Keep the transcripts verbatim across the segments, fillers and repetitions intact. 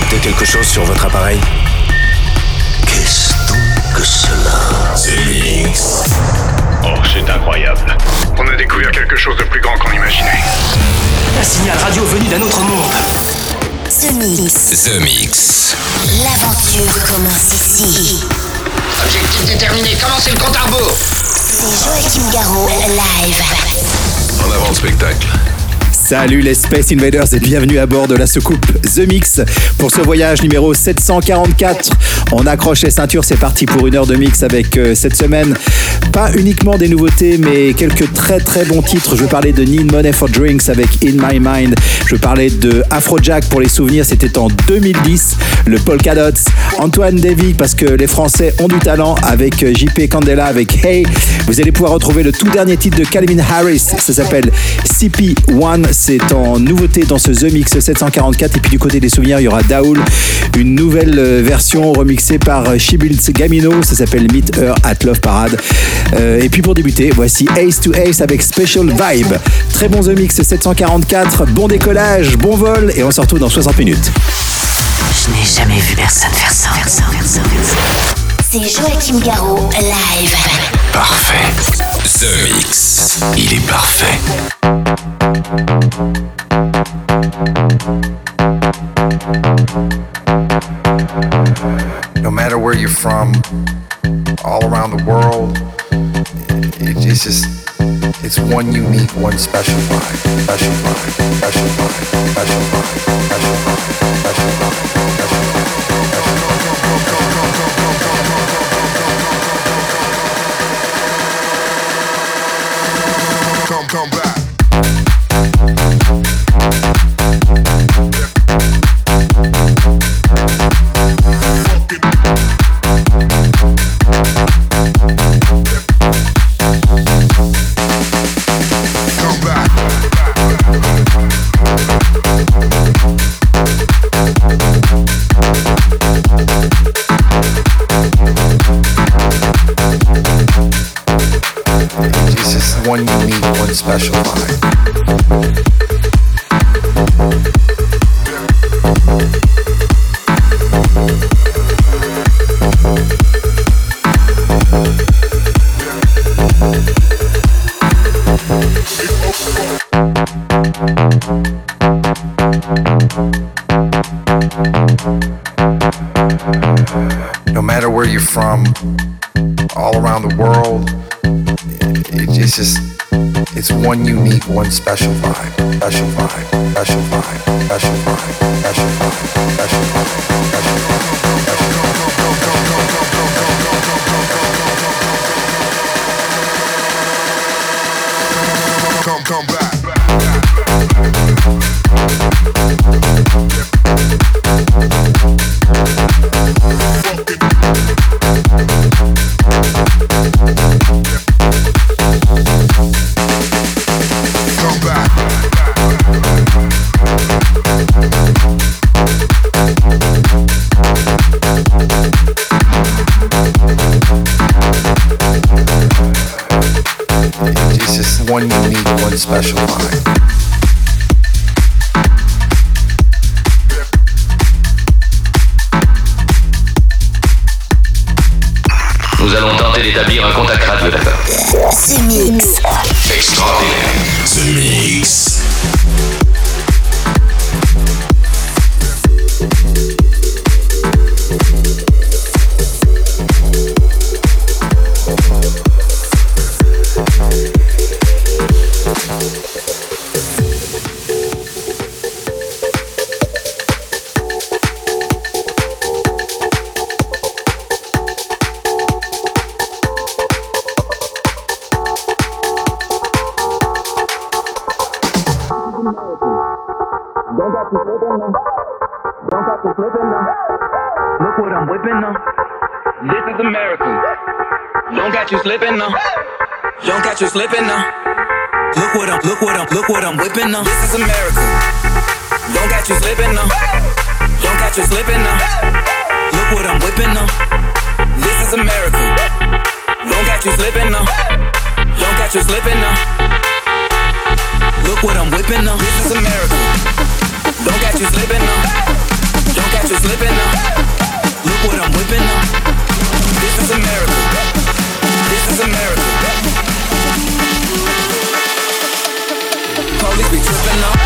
Notez quelque chose sur votre appareil? Qu'est-ce donc que cela? The Mix. Oh, c'est incroyable. On a découvert quelque chose de plus grand qu'on imaginait. Un signal radio venu d'un autre monde. The Mix. The Mix. L'aventure commence ici. Objectif déterminé, commencez le compte à rebours. C'est Joachim Garraud, live. En avant le spectacle. Salut les Space Invaders et bienvenue à bord de la soucoupe The Mix pour ce voyage numéro sept cent quarante-quatre. On accroche les ceintures, c'est parti pour une heure de mix avec euh, cette semaine pas uniquement des nouveautés mais quelques très très bons titres. Je veux parler de Need Money for Drinks avec In My Mind. Je veux parler de Afrojack pour les souvenirs, c'était en deux mille dix. Le Polka Dots, Antoine Davy parce que les Français ont du talent avec J P Candela avec Hey. Vous allez pouvoir retrouver le tout dernier titre de Calvin Harris, ça s'appelle C P un. C'est en nouveauté dans ce The Mix sept cent quarante-quatre. Et puis du côté des souvenirs, il y aura Daoul, une nouvelle version remixée par Shibuns Gamino. Ça s'appelle Meet Her at Love Parade. Euh, et puis pour débuter, voici Ace to Ace avec Special Vibe. Très bon The Mix sept cent quarante-quatre. Bon décollage, bon vol. Et on se retrouve dans soixante minutes. Je n'ai jamais vu personne faire ça. C'est Joachim Garraud, live. Parfait. The Mix. Il est parfait. No matter where you're from, all around the world, it, it's just, it's one unique, one special vibe, special vibe, special vibe, special vibe, special vibe, special vibe, special vibe. Come, come back. One unique, one special vibe. No matter where you're from, all around the world, it's just, it's one unique, one special vibe, special vibe, special vibe, special vibe, special vibe, special vibe, special vibe. Come, come back. One unique, one special vibe. Nous allons tenter d'établir un contact radio, d'accord? The Mix. Extraordinaire. The Mix. Look what I'm whipping now. This is America. Don't got you slipping now. Don't got you slipping now. Look what I'm, look what I'm, look what I'm whipping now. This is America. Don't got you slipping now. Don't got you slipping now. Look what I'm whipping now. This is America. Don't got you slipping now. Don't got you slipping now. Look what I'm whipping now. This is America. Don't got you slipping now. Don't got catch you slipping now. Look what I'm whipping now. This is America. This is America. Police be tripping now.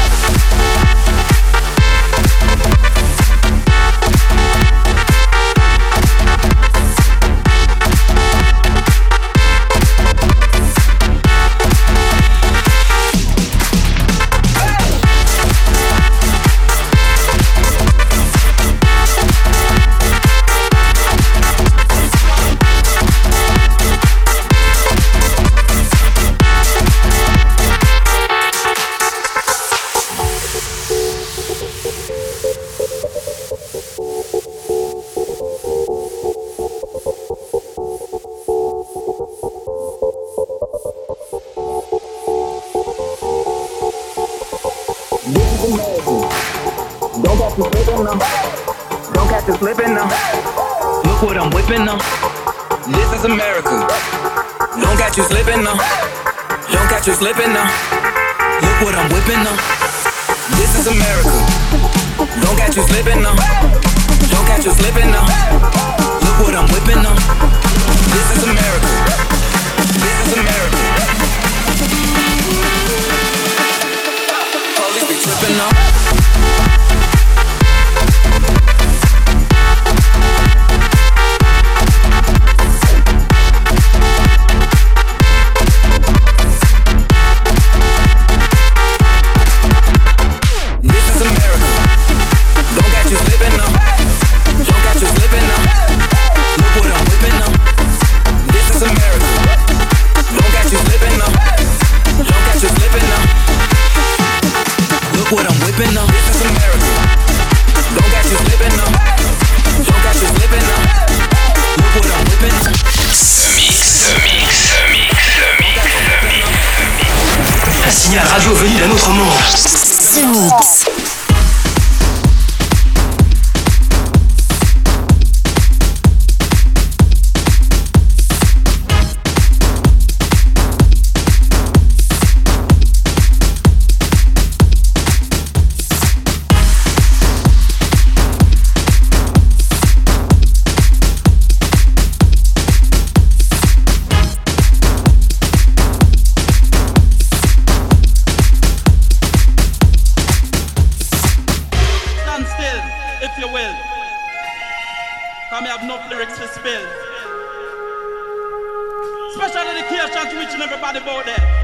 Don't catch you slipping now. Look what I'm whipping now. This is America. Don't catch you slipping now. Don't catch you slipping now. Look what I'm whipping now. This is America. Don't catch you slipping now. Don't catch you slipping now. Look what I'm whipping now. This is America. This is America. Police be tripping now. What I'm whipping up, this is America. Don't catch you slipping up. Don't catch you slipping up. Look what I'm whipping up. The Mix, The Mix, The Mix, The Mix, The Mix. Un signal radio venu d'un autre monde. The Mix. Special dedication to each and everybody out there.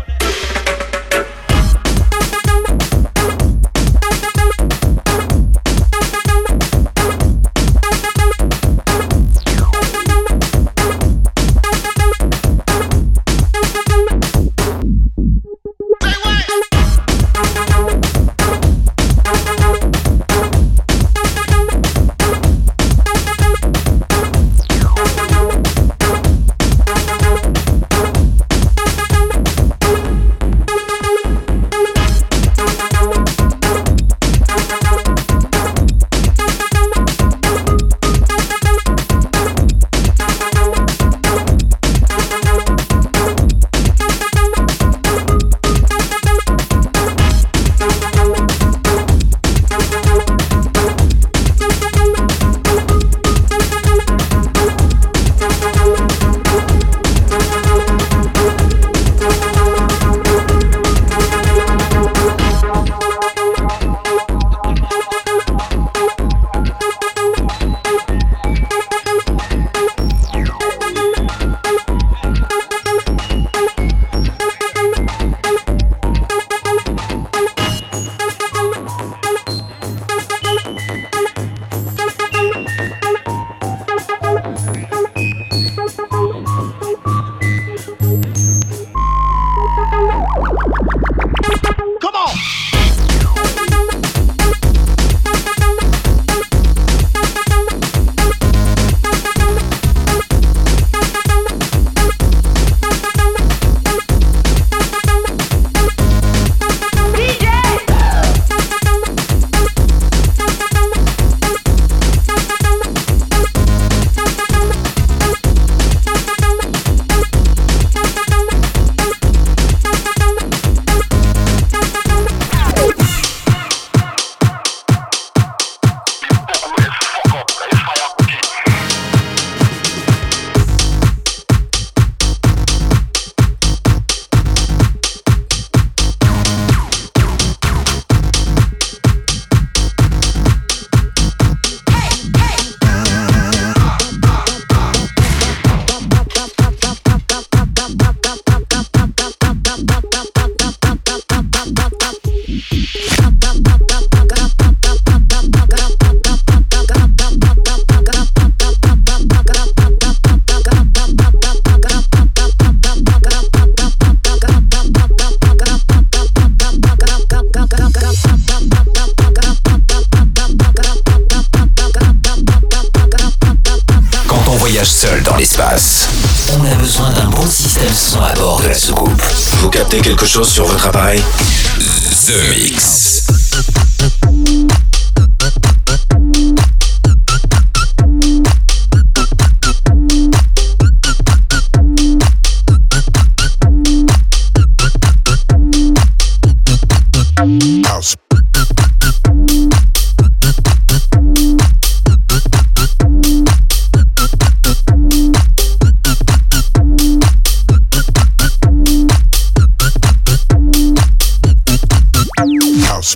vous captez quelque chose sur votre appareil? The Mix. House. House.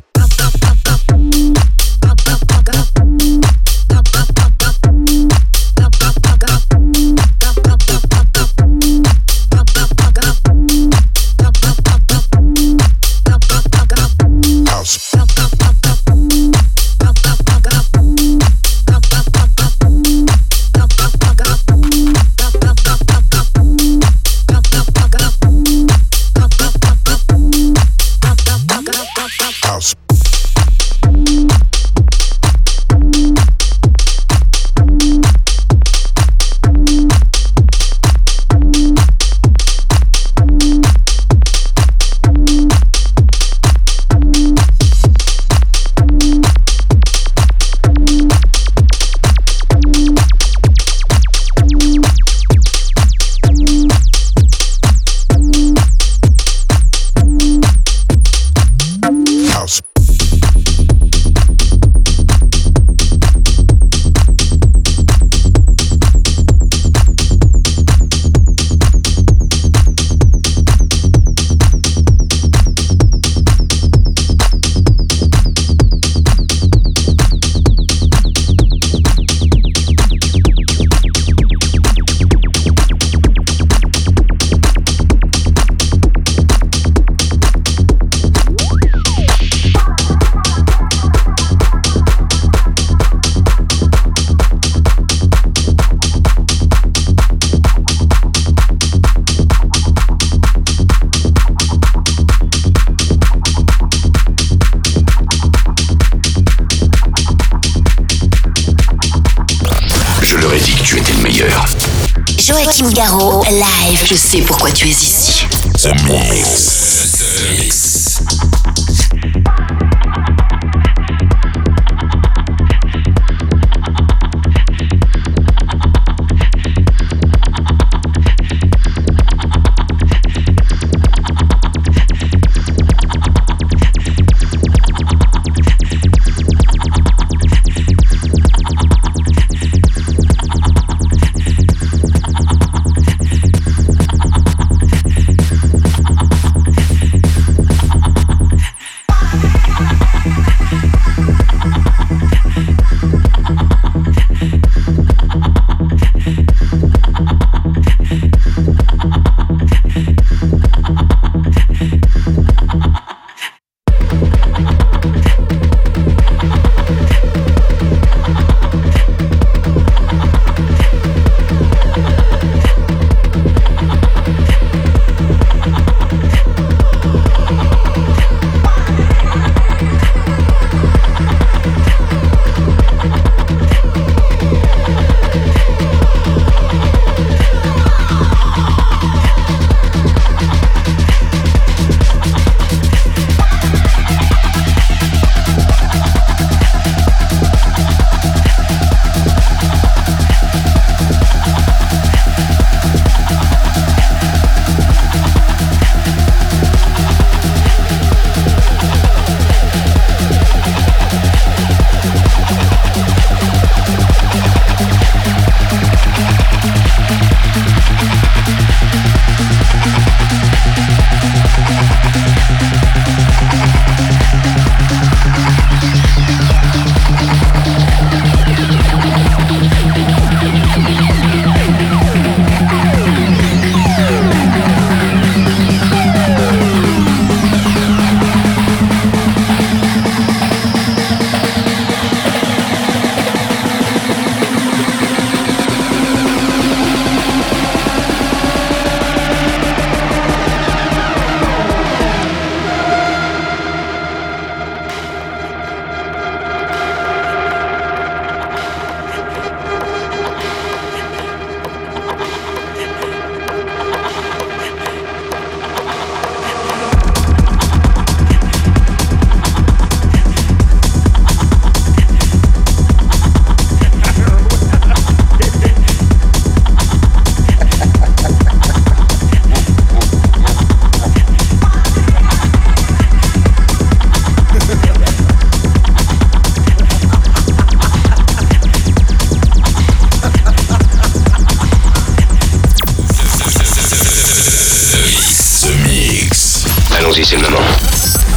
Joachim Garraud, live. Je sais pourquoi tu es ici. The Mix. The Mix.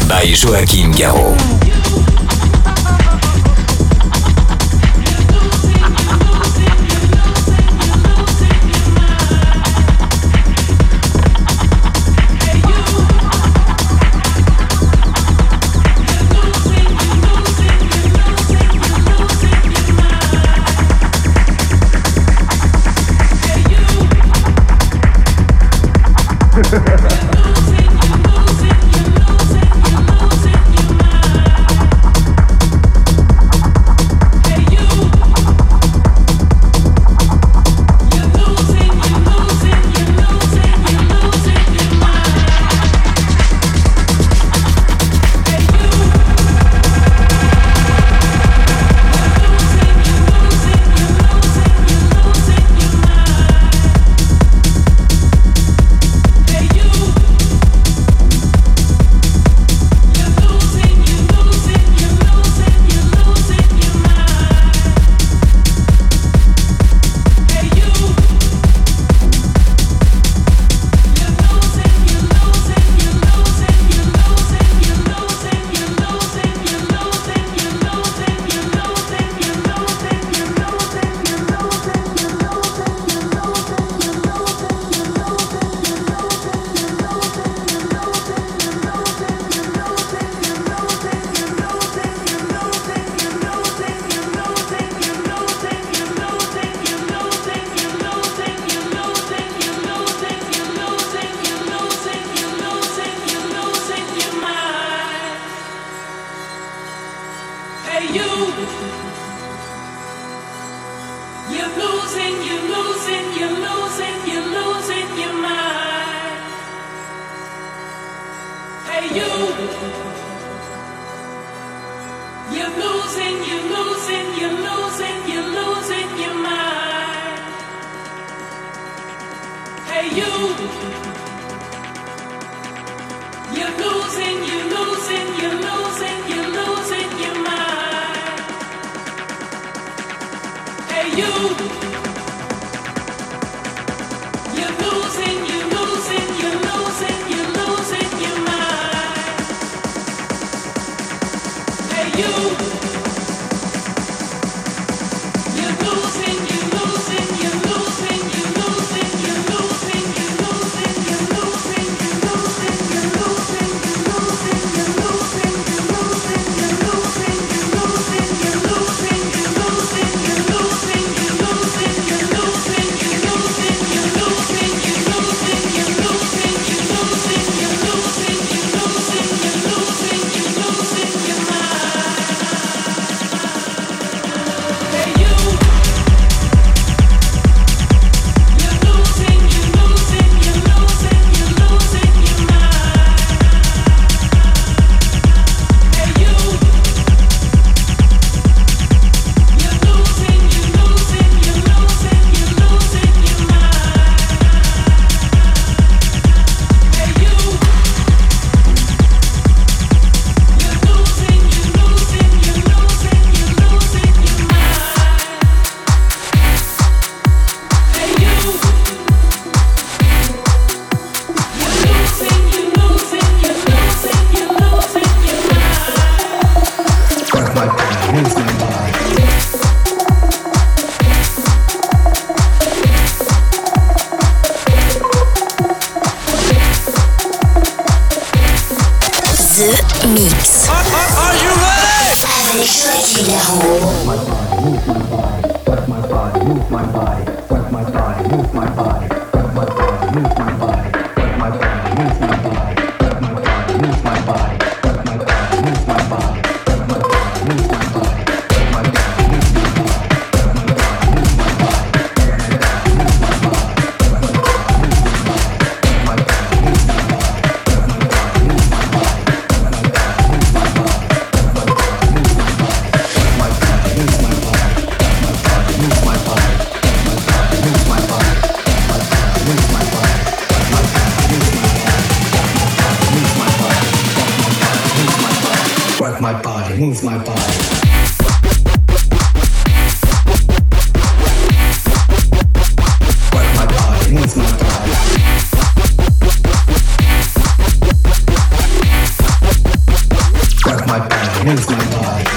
by Joachim Garraud. Move my body. Move my body. move my body.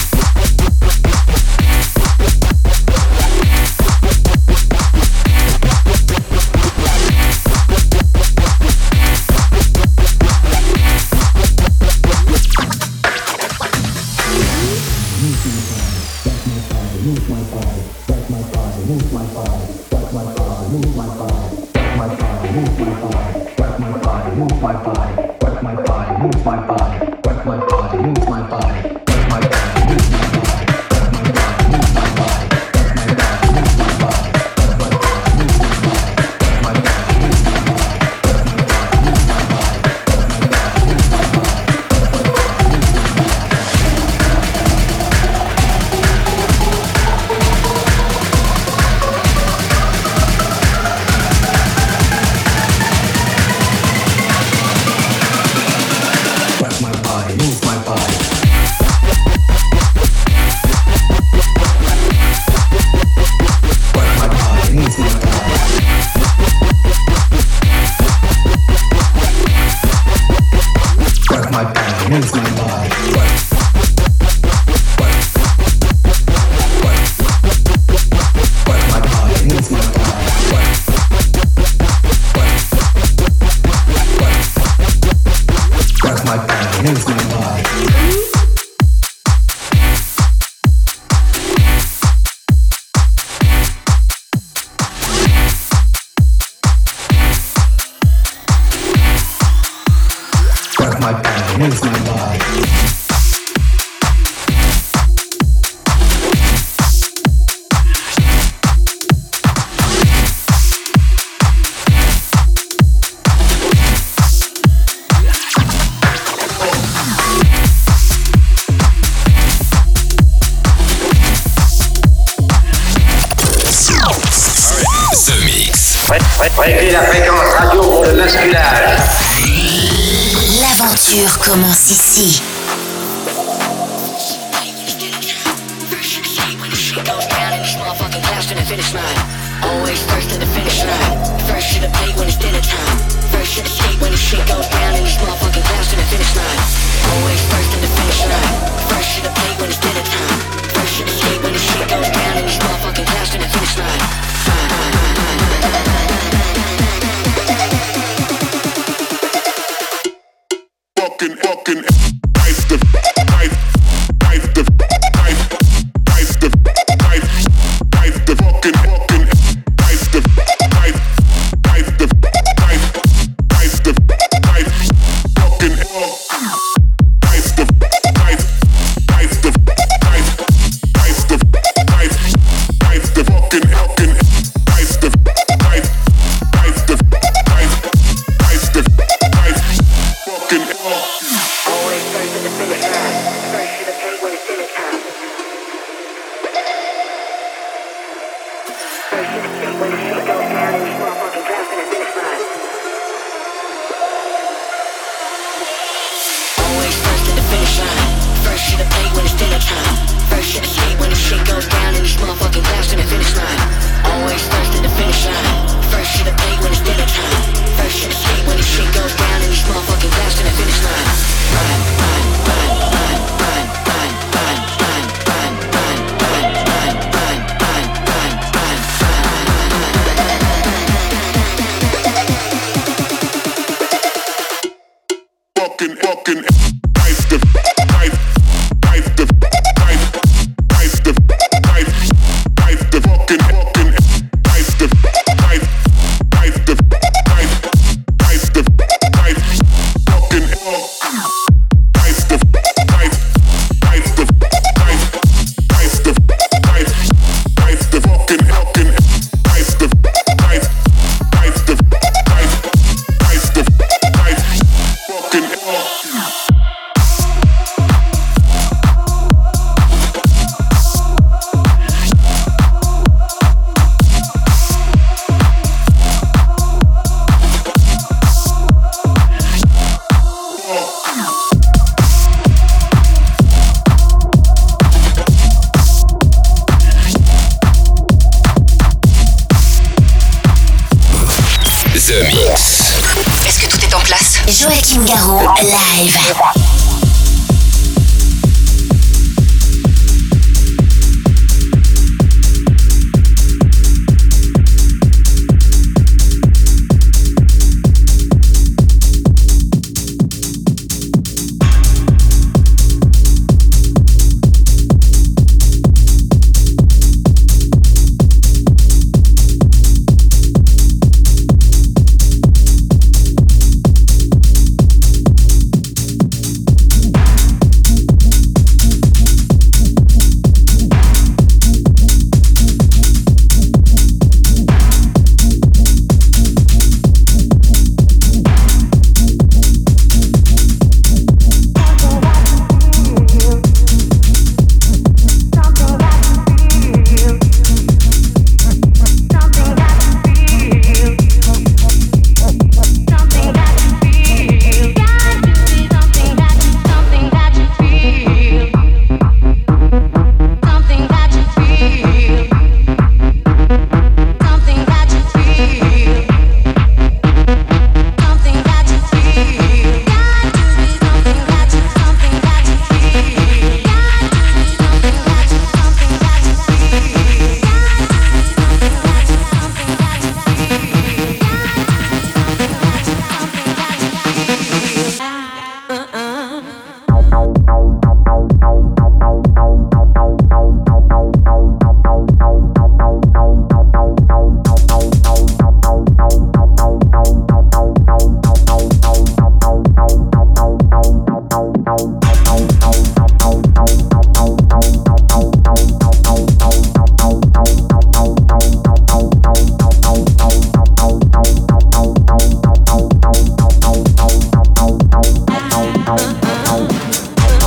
Réglez la fréquence radio pour le basculage. L'aventure commence ici. Always first in the finish line. First to the plate when it's dinner time. First to the skate when the shit goes down and these motherfucking clouds to the finish line. Always first in the finish line. First to the plate when it's dinner time. First to the skate when the shit goes down and these motherfucking clouds to the finish line. Fucking, fucking, ice the, ice, ice the, ice, ice the, ice, ice the fucking, fucking, ice the, ice, ice the, ice, ice the, ice, fucking, ice the, ice, ice the, ice, ice the, ice, ice the fucking, fucking, ice the, ice, ice the, ice, ice the, ice, fucking. Always first in the finish line. First to the plate when it's dinner time. First to the skate when the shit goes down and these motherfucking clouds to the finish line. Always first in the finish line. First to the plate when it's dinner time. First to the skate when the shit goes down and these motherfucking clouds to the finish line. Always first in the finish line. First to the plate when it's dinner time. First to the skate when the shit goes down and these motherfucking clouds to the finish line. Run, run, run, run, run, run, run, run, run, run, run, run, run, run, run, run, Fucking, fucking, ice the, ice, ice the, ice, ice the, ice, ice the fucking, fucking, ice the, ice, ice the, ice, ice the, ice, fucking, ice the, ice, ice the, ice, ice the, ice, ice the fucking, fucking, ice the, ice, ice the, ice, ice the, ice, fucking. The Mix. Est-ce que tout est en place? Joachim Garraud, live.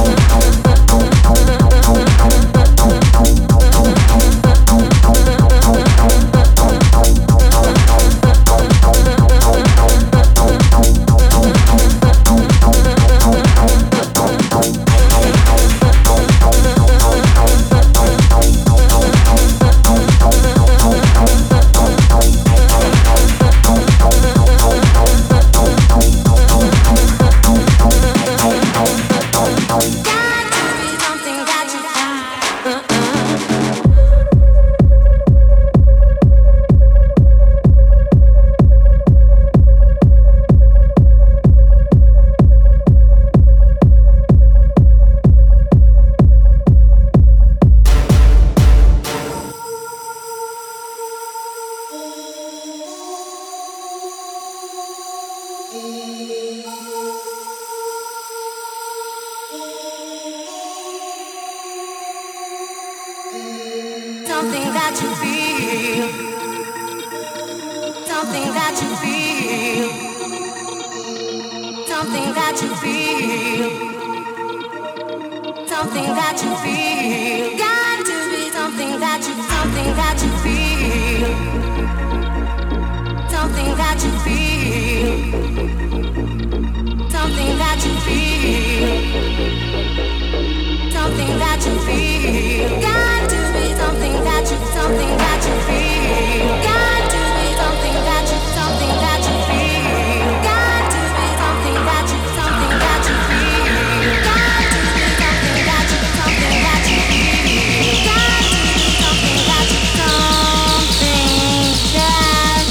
Something that you feel. Something that you feel. Something that you feel. Something that you feel. Got to be something that you, something that you feel. Something that you feel. Something that you feel. Something that you feel. Got to be something that you, something that you feel. Got to be something that you, something that you feel. Got to be something that you, something that you feel. Got to be something that you, something that you feel. Got to be something that you, something that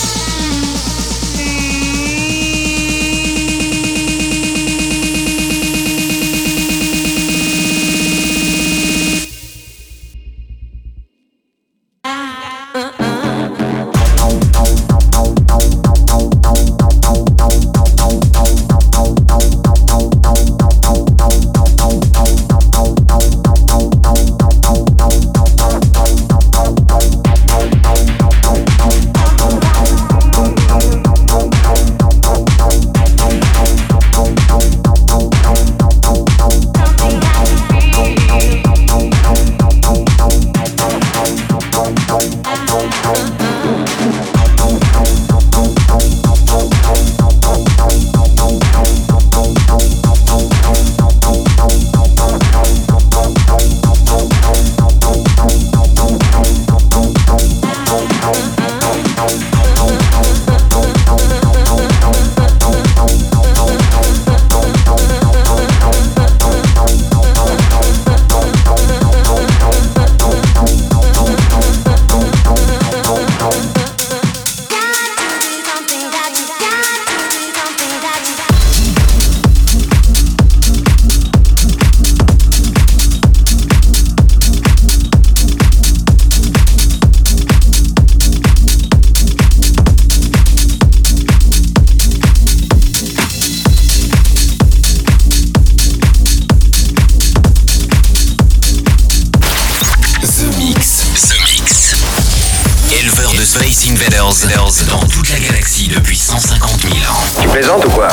Dans toute la galaxie depuis cent cinquante mille ans. Tu plaisantes ou quoi?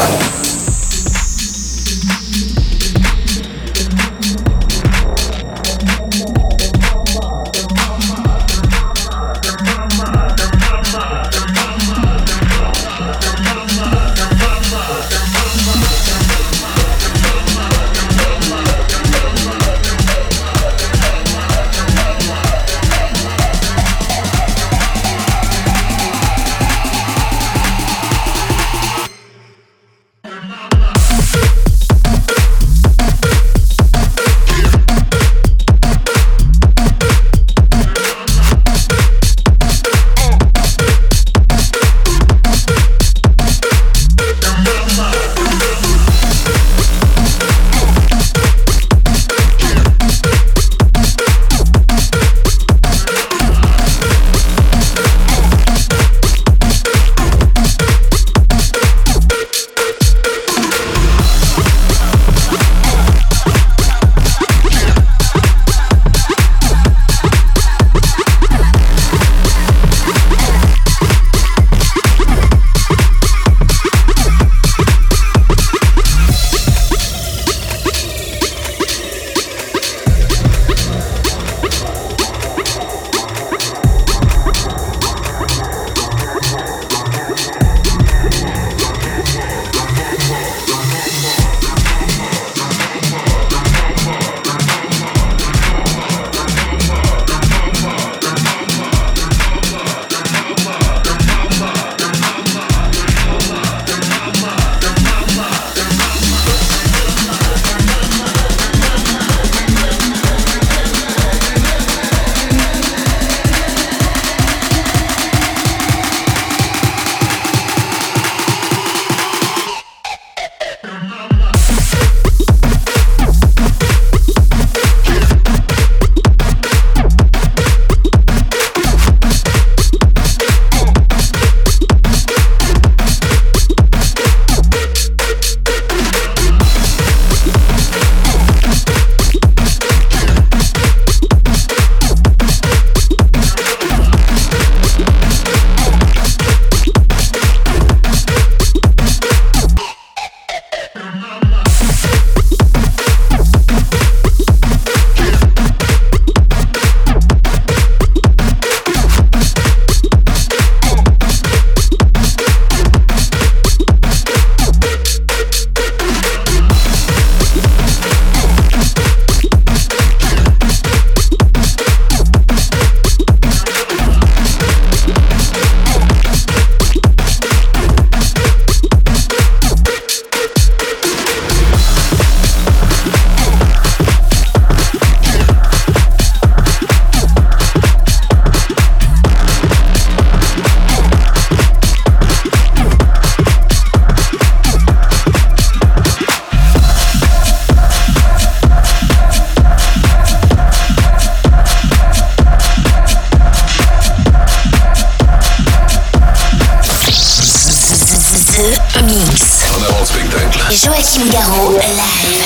Joachim Garraud, live.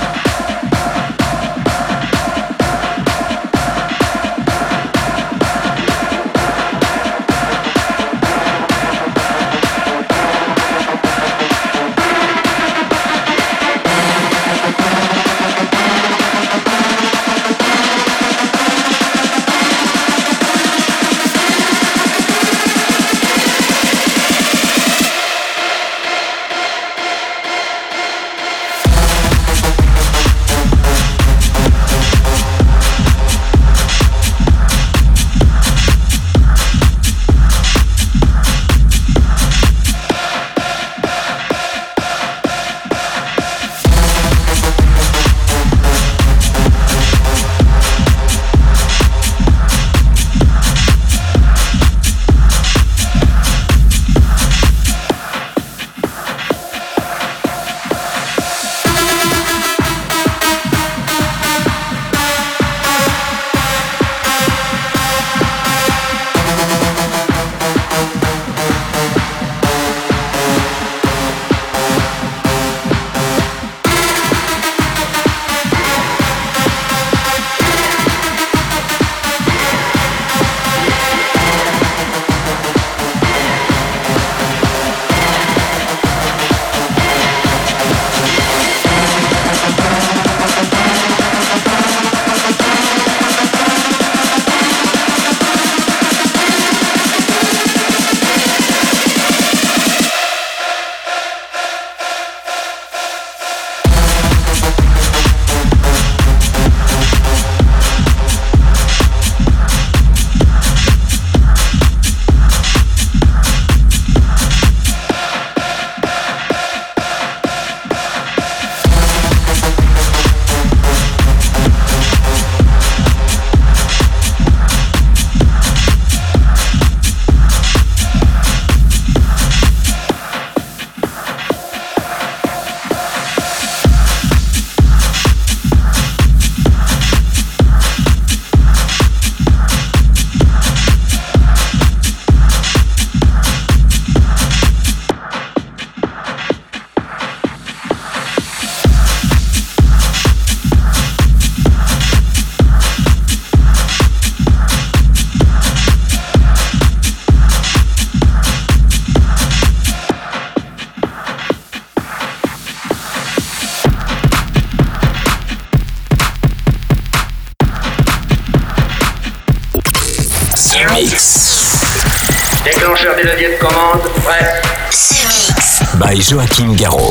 Déclencheur des leviers de commande, prêt. The Mix. By Joachim Garraud.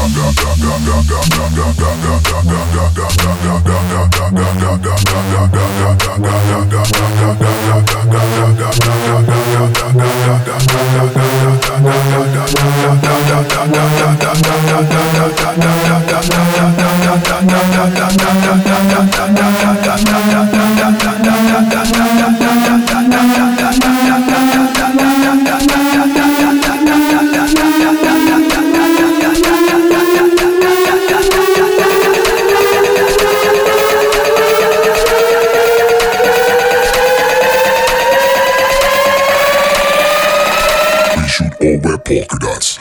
All wear polka dots.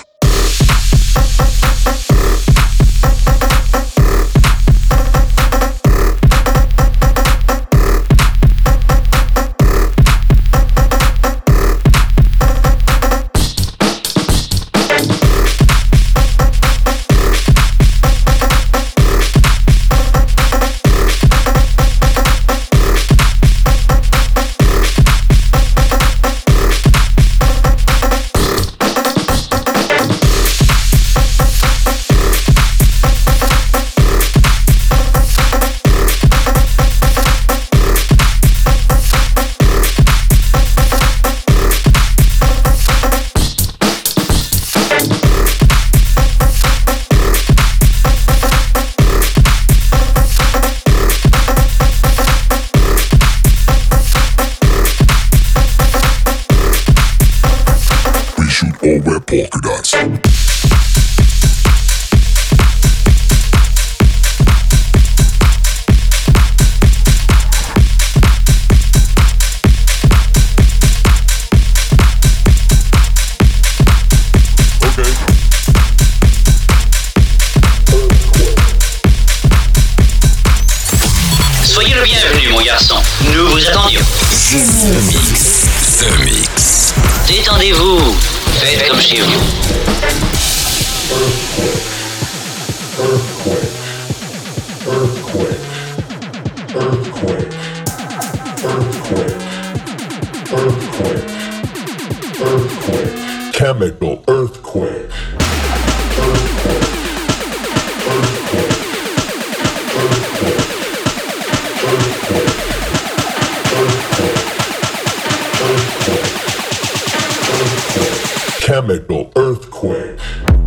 All wear polka dots. Soyez le bienvenu, mon garçon. Nous vous attendions. The Mix. The Mix. Détendez-vous. Faites comme chez vous. Earthquake. Earthquake. Earthquake. Earthquake. Earthquake. Chemical earthquake. Earthquake. Earthquake. Earthquake. Earthquake. Earthquake. Earthquake. Chemical earthquake.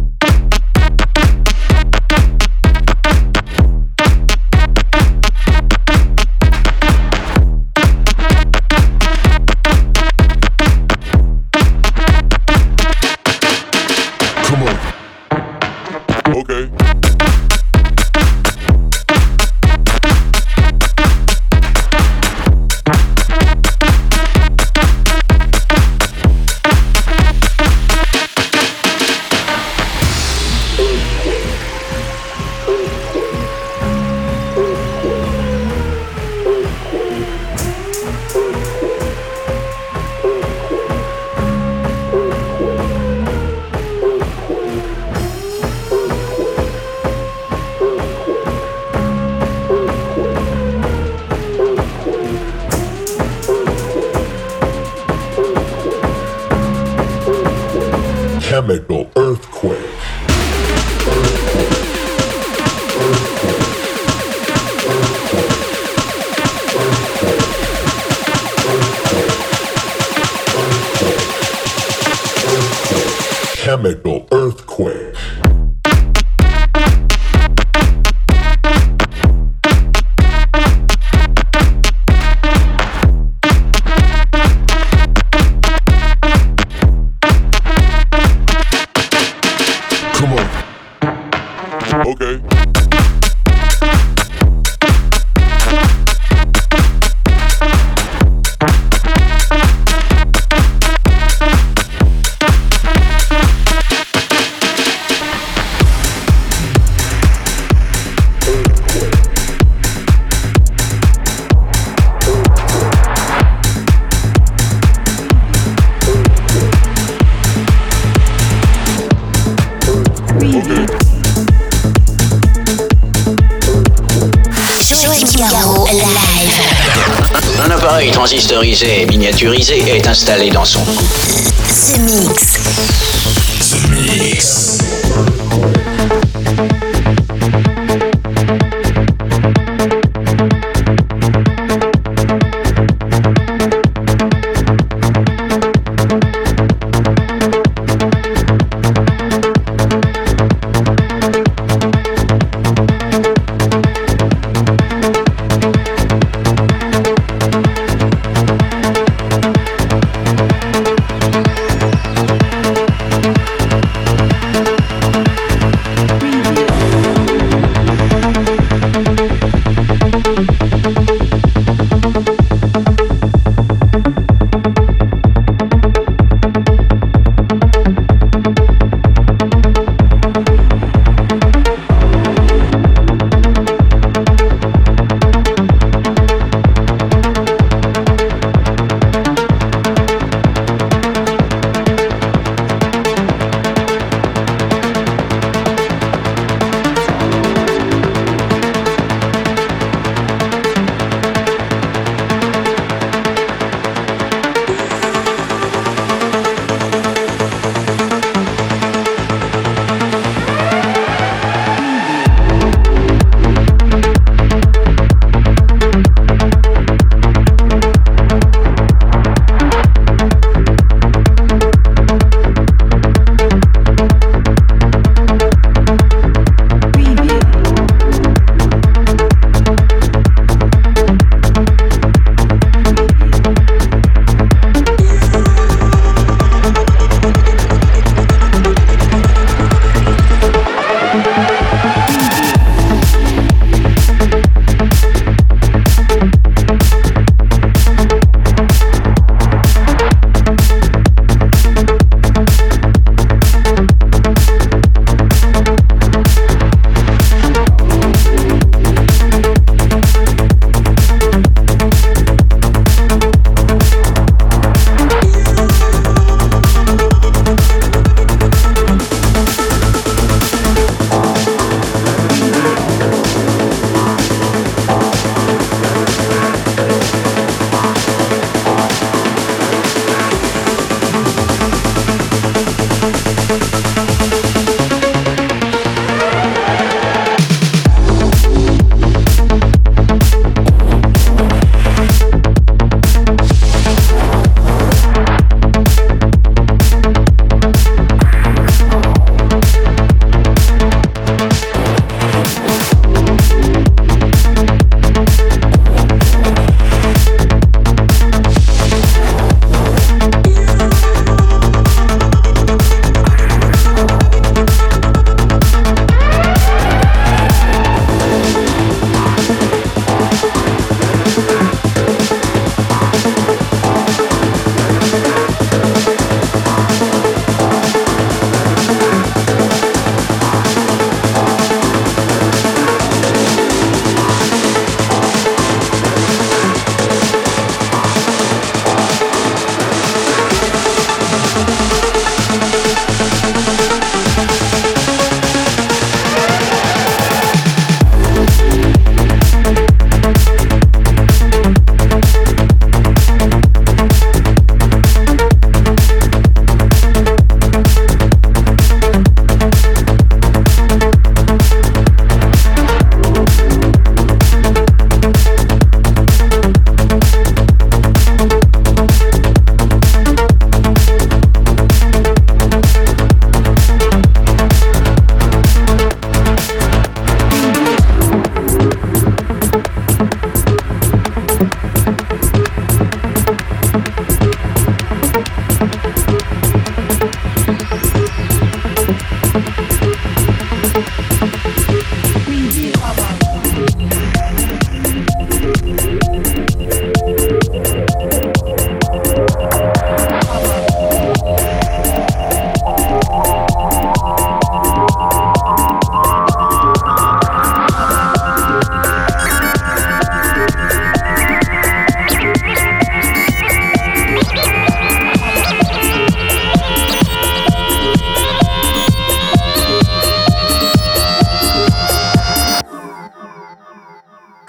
Chemical earthquake. Chemical earthquake. Come on. Okay. Un appareil transistorisé et miniaturisé est installé dans son cou. The Mix. The Mix.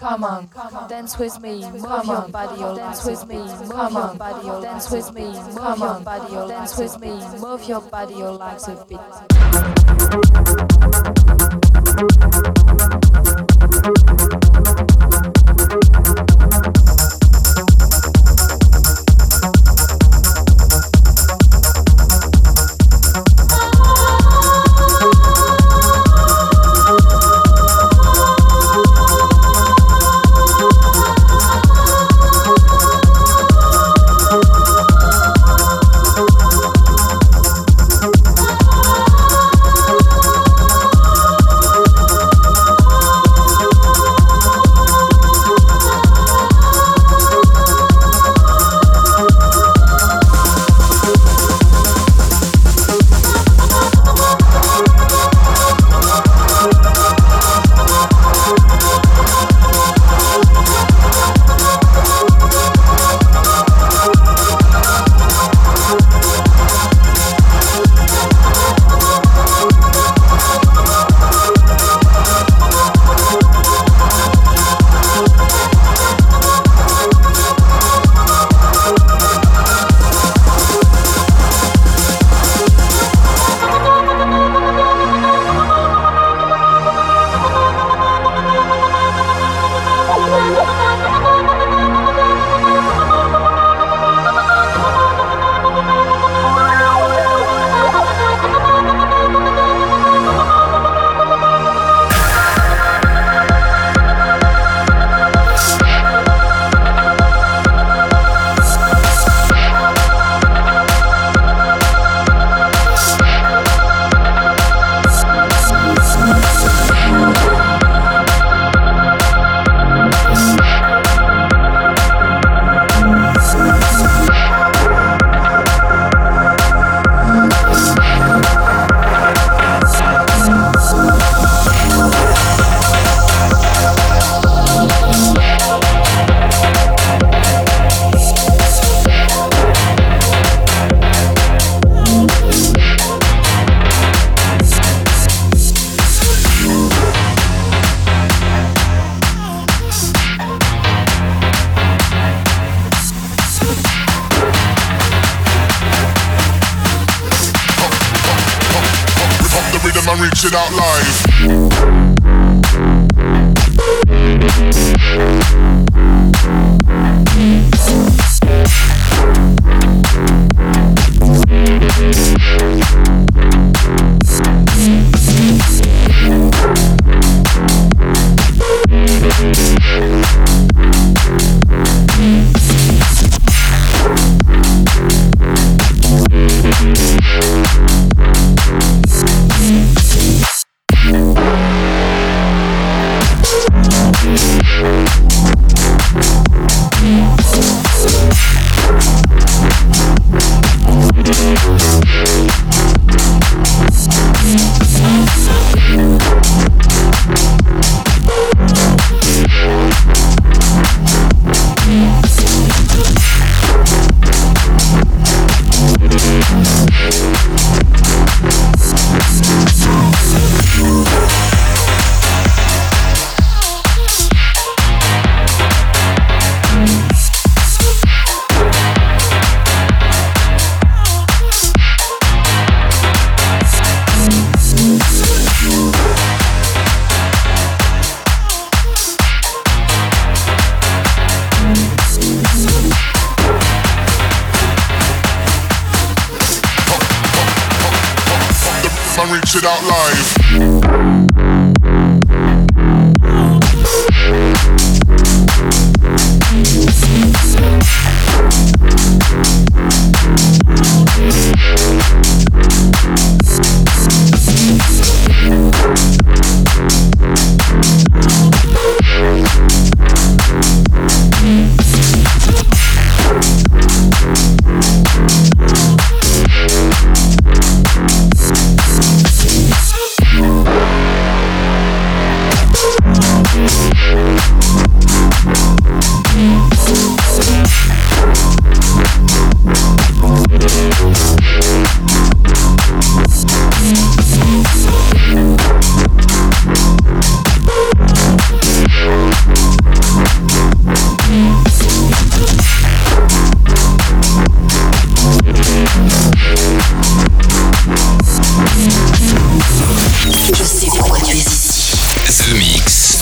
come on, dance with me, move your body, oh, dance with me, move your body, oh, dance with me, move your body, oh, dance with me, move your body, oh, like a beat. Reach it out live. Reach it out live. The Mix.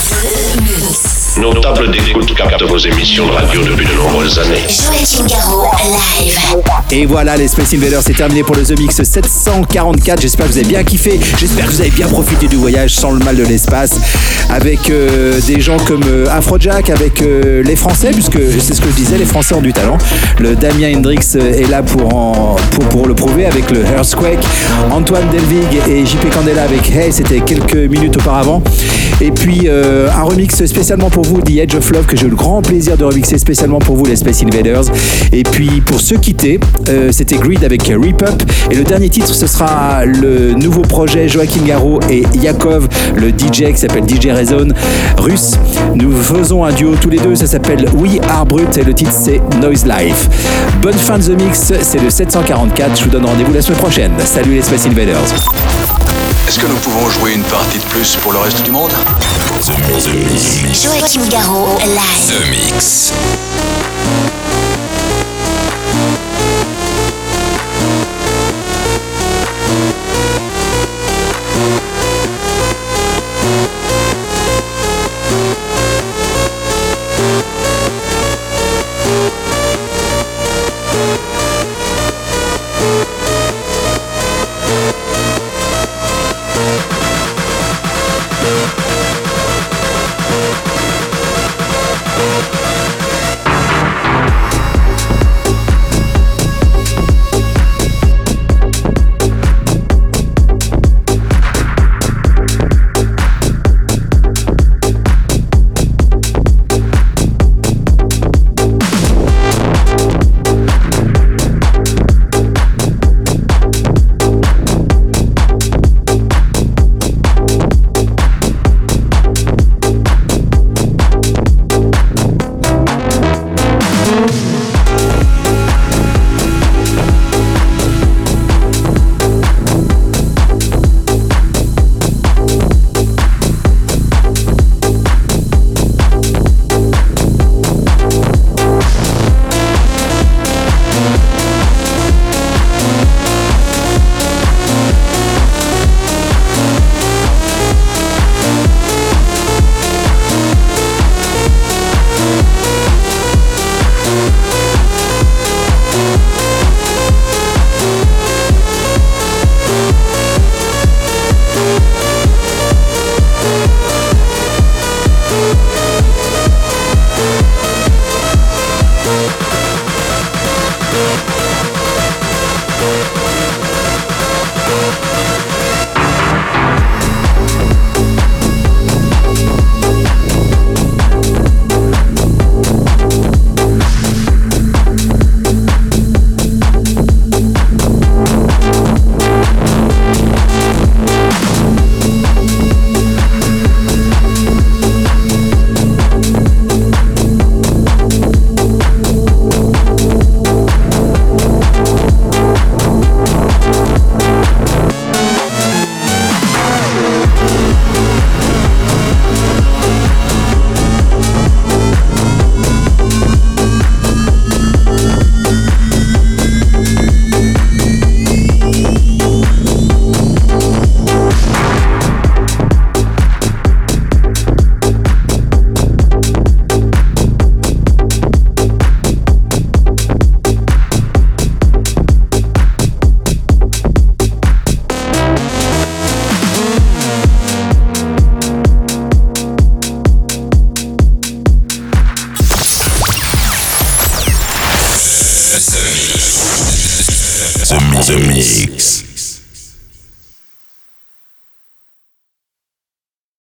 Nos tables d'écoute captent vos émissions de radio depuis de nombreuses années. Joachim Garraud, live. Et voilà, les Space Invaders, c'est terminé pour le The Mix sept cent quarante-quatre. J'espère que vous avez bien kiffé. J'espère que vous avez bien profité du voyage sans le mal de l'espace. Avec euh, des gens comme euh, Afrojack, avec euh, les Français, puisque c'est ce que je disais, les Français ont du talent. Le Damien Hendrix est là pour, en, pour, pour le prouver avec le Earthquake. Antoine Delvig et J P Candela avec Hey, c'était quelques minutes auparavant. Et puis euh, un remix spécialement pour vous, The Edge of Love, que j'ai eu le grand plaisir de remixer spécialement pour vous, les Space Invaders. Et puis pour se quitter, euh, c'était Greed avec Rip Up. Et le dernier titre, ce sera le nouveau projet Joachim Garraud et Yakov, le D J qui s'appelle D J Rezone, russe. Nous faisons un duo tous les deux, ça s'appelle We Are Brut et le titre c'est Noise Life. Bonne fin de The Mix, c'est le sept cent quarante-quatre. Je vous donne rendez-vous la semaine prochaine. Salut les Space Invaders. Est-ce que nous pouvons jouer une partie de plus pour le reste du monde? The Mix. Joachim Garraud, live. The Mix. The Mix.